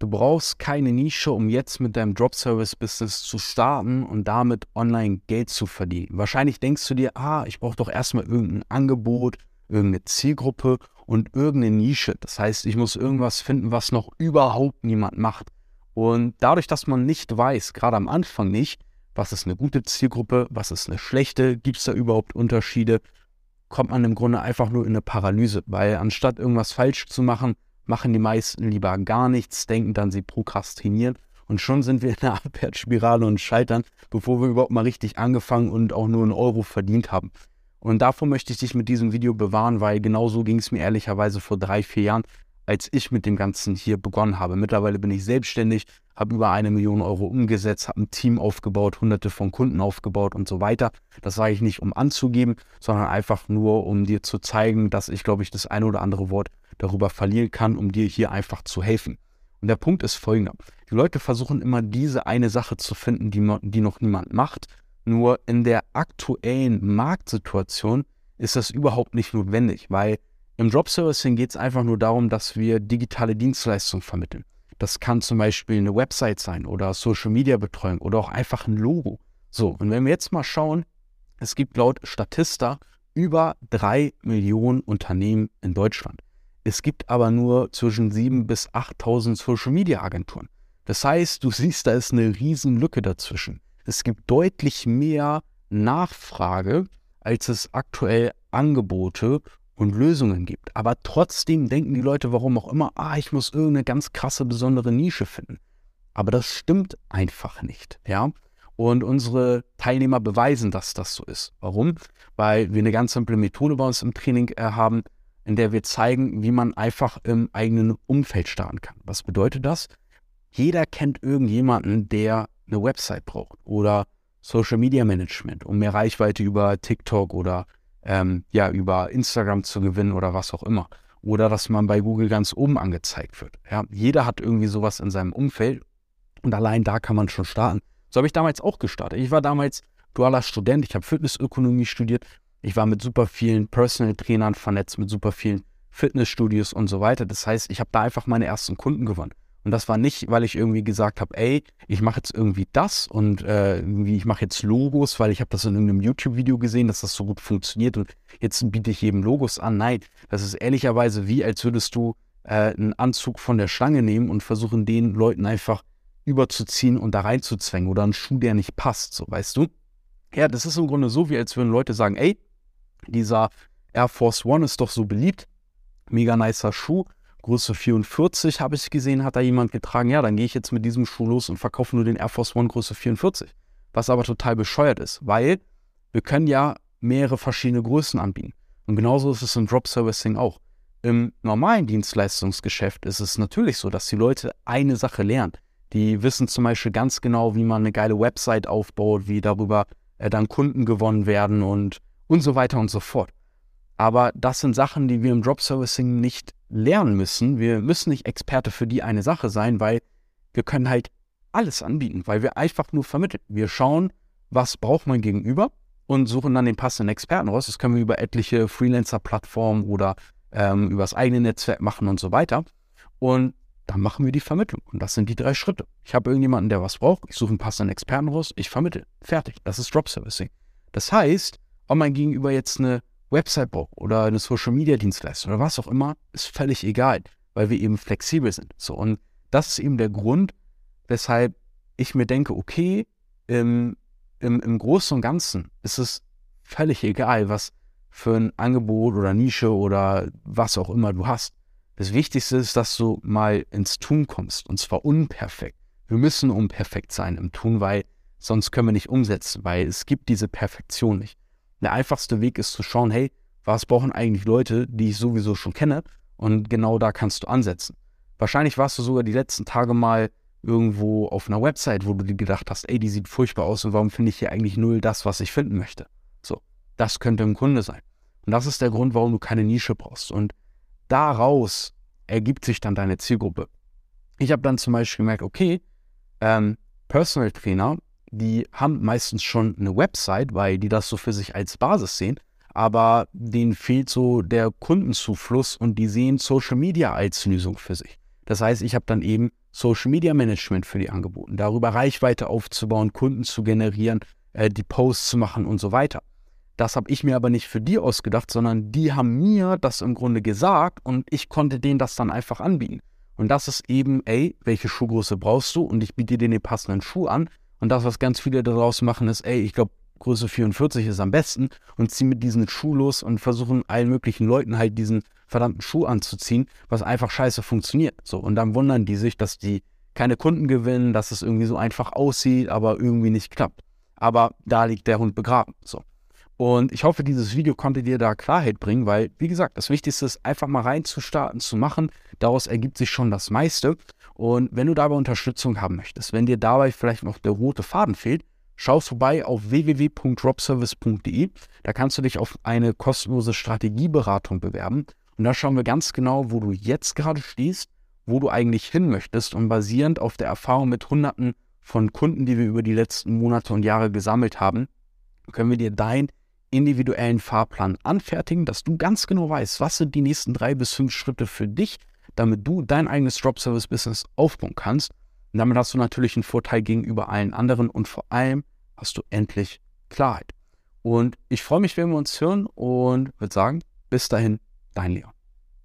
Du brauchst keine Nische, um jetzt mit deinem Drop-Service-Business zu starten und damit online Geld zu verdienen. Wahrscheinlich denkst du dir, ich brauche doch erstmal irgendein Angebot, irgendeine Zielgruppe und irgendeine Nische. Das heißt, ich muss irgendwas finden, was noch überhaupt niemand macht. Und dadurch, dass man nicht weiß, gerade am Anfang nicht, was ist eine gute Zielgruppe, was ist eine schlechte, gibt es da überhaupt Unterschiede, kommt man im Grunde einfach nur in eine Paralyse. Weil anstatt irgendwas falsch zu machen, machen die meisten lieber gar nichts, denken dann, sie prokrastinieren. Und schon sind wir in einer Abwärtsspirale und scheitern, bevor wir überhaupt mal richtig angefangen und auch nur einen Euro verdient haben. Und davor möchte ich dich mit diesem Video bewahren, weil genau so ging es mir ehrlicherweise vor 3-4 Jahren, als ich mit dem Ganzen hier begonnen habe. Mittlerweile bin ich selbstständig, habe über 1 Million Euro umgesetzt, habe ein Team aufgebaut, hunderte von Kunden aufgebaut und so weiter. Das sage ich nicht, um anzugeben, sondern einfach nur, um dir zu zeigen, dass ich, glaube ich, das eine oder andere Wort darüber verlieren kann, um dir hier einfach zu helfen. Und der Punkt ist folgender. Die Leute versuchen immer, diese eine Sache zu finden, die noch niemand macht. Nur in der aktuellen Marktsituation ist das überhaupt nicht notwendig, weil im Dropservicing geht es einfach nur darum, dass wir digitale Dienstleistungen vermitteln. Das kann zum Beispiel eine Website sein oder Social-Media-Betreuung oder auch einfach ein Logo. So, und wenn wir jetzt mal schauen, es gibt laut Statista über 3 Millionen Unternehmen in Deutschland. Es gibt aber nur zwischen 7.000 bis 8.000 Social-Media-Agenturen. Das heißt, du siehst, da ist eine riesen Lücke dazwischen. Es gibt deutlich mehr Nachfrage, als es aktuell Angebote und Lösungen gibt. Aber trotzdem denken die Leute, warum auch immer, ich muss irgendeine ganz krasse, besondere Nische finden. Aber das stimmt einfach nicht, ja. Und unsere Teilnehmer beweisen, dass das so ist. Warum? Weil wir eine ganz simple Methode bei uns im Training haben, in der wir zeigen, wie man einfach im eigenen Umfeld starten kann. Was bedeutet das? Jeder kennt irgendjemanden, der eine Website braucht oder Social Media Management, um mehr Reichweite über TikTok oder über Instagram zu gewinnen oder was auch immer. Oder dass man bei Google ganz oben angezeigt wird. Ja, jeder hat irgendwie sowas in seinem Umfeld und allein da kann man schon starten. So habe ich damals auch gestartet. Ich war damals dualer Student, ich habe Fitnessökonomie studiert. Ich war mit super vielen Personal Trainern vernetzt, mit super vielen Fitnessstudios und so weiter. Das heißt, ich habe da einfach meine ersten Kunden gewonnen. Und das war nicht, weil ich irgendwie gesagt habe, ich mache jetzt irgendwie das und ich mache jetzt Logos, weil ich habe das in irgendeinem YouTube-Video gesehen, dass das so gut funktioniert und jetzt biete ich jedem Logos an. Nein, das ist ehrlicherweise wie, als würdest du einen Anzug von der Stange nehmen und versuchen, den Leuten einfach überzuziehen und da reinzuzwängen oder einen Schuh, der nicht passt, so, weißt du? Ja, das ist im Grunde so, wie als würden Leute sagen, dieser Air Force One ist doch so beliebt, mega nicer Schuh, Größe 44 habe ich gesehen, hat da jemand getragen, ja, dann gehe ich jetzt mit diesem Schuh los und verkaufe nur den Air Force One Größe 44, was aber total bescheuert ist, weil wir können ja mehrere verschiedene Größen anbieten und genauso ist es im Drop-Servicing auch. Im normalen Dienstleistungsgeschäft ist es natürlich so, dass die Leute eine Sache lernen. Die wissen zum Beispiel ganz genau, wie man eine geile Website aufbaut, wie darüber dann Kunden gewonnen werden und so weiter und so fort. Aber das sind Sachen, die wir im Drop-Servicing nicht lernen müssen. Wir müssen nicht Experte für die eine Sache sein, weil wir können halt alles anbieten, weil wir einfach nur vermitteln. Wir schauen, was braucht man gegenüber und suchen dann den passenden Experten raus. Das können wir über etliche Freelancer-Plattformen oder über das eigene Netzwerk machen und so weiter. Und dann machen wir die Vermittlung. Und das sind die 3 Schritte. Ich habe irgendjemanden, der was braucht. Ich suche einen passenden Experten raus. Ich vermittle. Fertig. Das ist Drop-Servicing. Das heißt, ob mein Gegenüber jetzt eine Website braucht oder eine Social-Media-Dienstleistung oder was auch immer, ist völlig egal, weil wir eben flexibel sind. So, und das ist eben der Grund, weshalb ich mir denke, okay, im Großen und Ganzen ist es völlig egal, was für ein Angebot oder Nische oder was auch immer du hast. Das Wichtigste ist, dass du mal ins Tun kommst, und zwar unperfekt. Wir müssen unperfekt sein im Tun, weil sonst können wir nicht umsetzen, weil es gibt diese Perfektion nicht. Der einfachste Weg ist zu schauen, hey, was brauchen eigentlich Leute, die ich sowieso schon kenne, und genau da kannst du ansetzen. Wahrscheinlich warst du sogar die letzten Tage mal irgendwo auf einer Website, wo du dir gedacht hast, die sieht furchtbar aus und warum finde ich hier eigentlich null das, was ich finden möchte. So, das könnte ein Kunde sein. Und das ist der Grund, warum du keine Nische brauchst. Und daraus ergibt sich dann deine Zielgruppe. Ich habe dann zum Beispiel gemerkt, okay, Personal Trainer, die haben meistens schon eine Website, weil die das so für sich als Basis sehen, aber denen fehlt so der Kundenzufluss und die sehen Social Media als Lösung für sich. Das heißt, ich habe dann eben Social Media Management für die angeboten, darüber Reichweite aufzubauen, Kunden zu generieren, die Posts zu machen und so weiter. Das habe ich mir aber nicht für die ausgedacht, sondern die haben mir das im Grunde gesagt und ich konnte denen das dann einfach anbieten. Und das ist eben, ey, welche Schuhgröße brauchst du? Und ich biete dir den passenden Schuh an. Und das, was ganz viele daraus machen, ist, ey, ich glaube, Größe 44 ist am besten und ziehen mit diesem Schuh los und versuchen allen möglichen Leuten halt diesen verdammten Schuh anzuziehen, was einfach scheiße funktioniert. So, und dann wundern die sich, dass die keine Kunden gewinnen, dass es irgendwie so einfach aussieht, aber irgendwie nicht klappt. Aber da liegt der Hund begraben. So. Und ich hoffe, dieses Video konnte dir da Klarheit bringen, weil, wie gesagt, das Wichtigste ist, einfach mal reinzustarten, zu machen. Daraus ergibt sich schon das meiste. Und wenn du dabei Unterstützung haben möchtest, wenn dir dabei vielleicht noch der rote Faden fehlt, schau vorbei auf www.dropservice.de. Da kannst du dich auf eine kostenlose Strategieberatung bewerben. Und da schauen wir ganz genau, wo du jetzt gerade stehst, wo du eigentlich hin möchtest. Und basierend auf der Erfahrung mit Hunderten von Kunden, die wir über die letzten Monate und Jahre gesammelt haben, können wir dir deinen individuellen Fahrplan anfertigen, dass du ganz genau weißt, was sind die nächsten 3 bis 5 Schritte für dich, damit du dein eigenes Drop-Service-Business aufbauen kannst. Und damit hast du natürlich einen Vorteil gegenüber allen anderen und vor allem hast du endlich Klarheit. Und ich freue mich, wenn wir uns hören und würde sagen, bis dahin, dein Leon.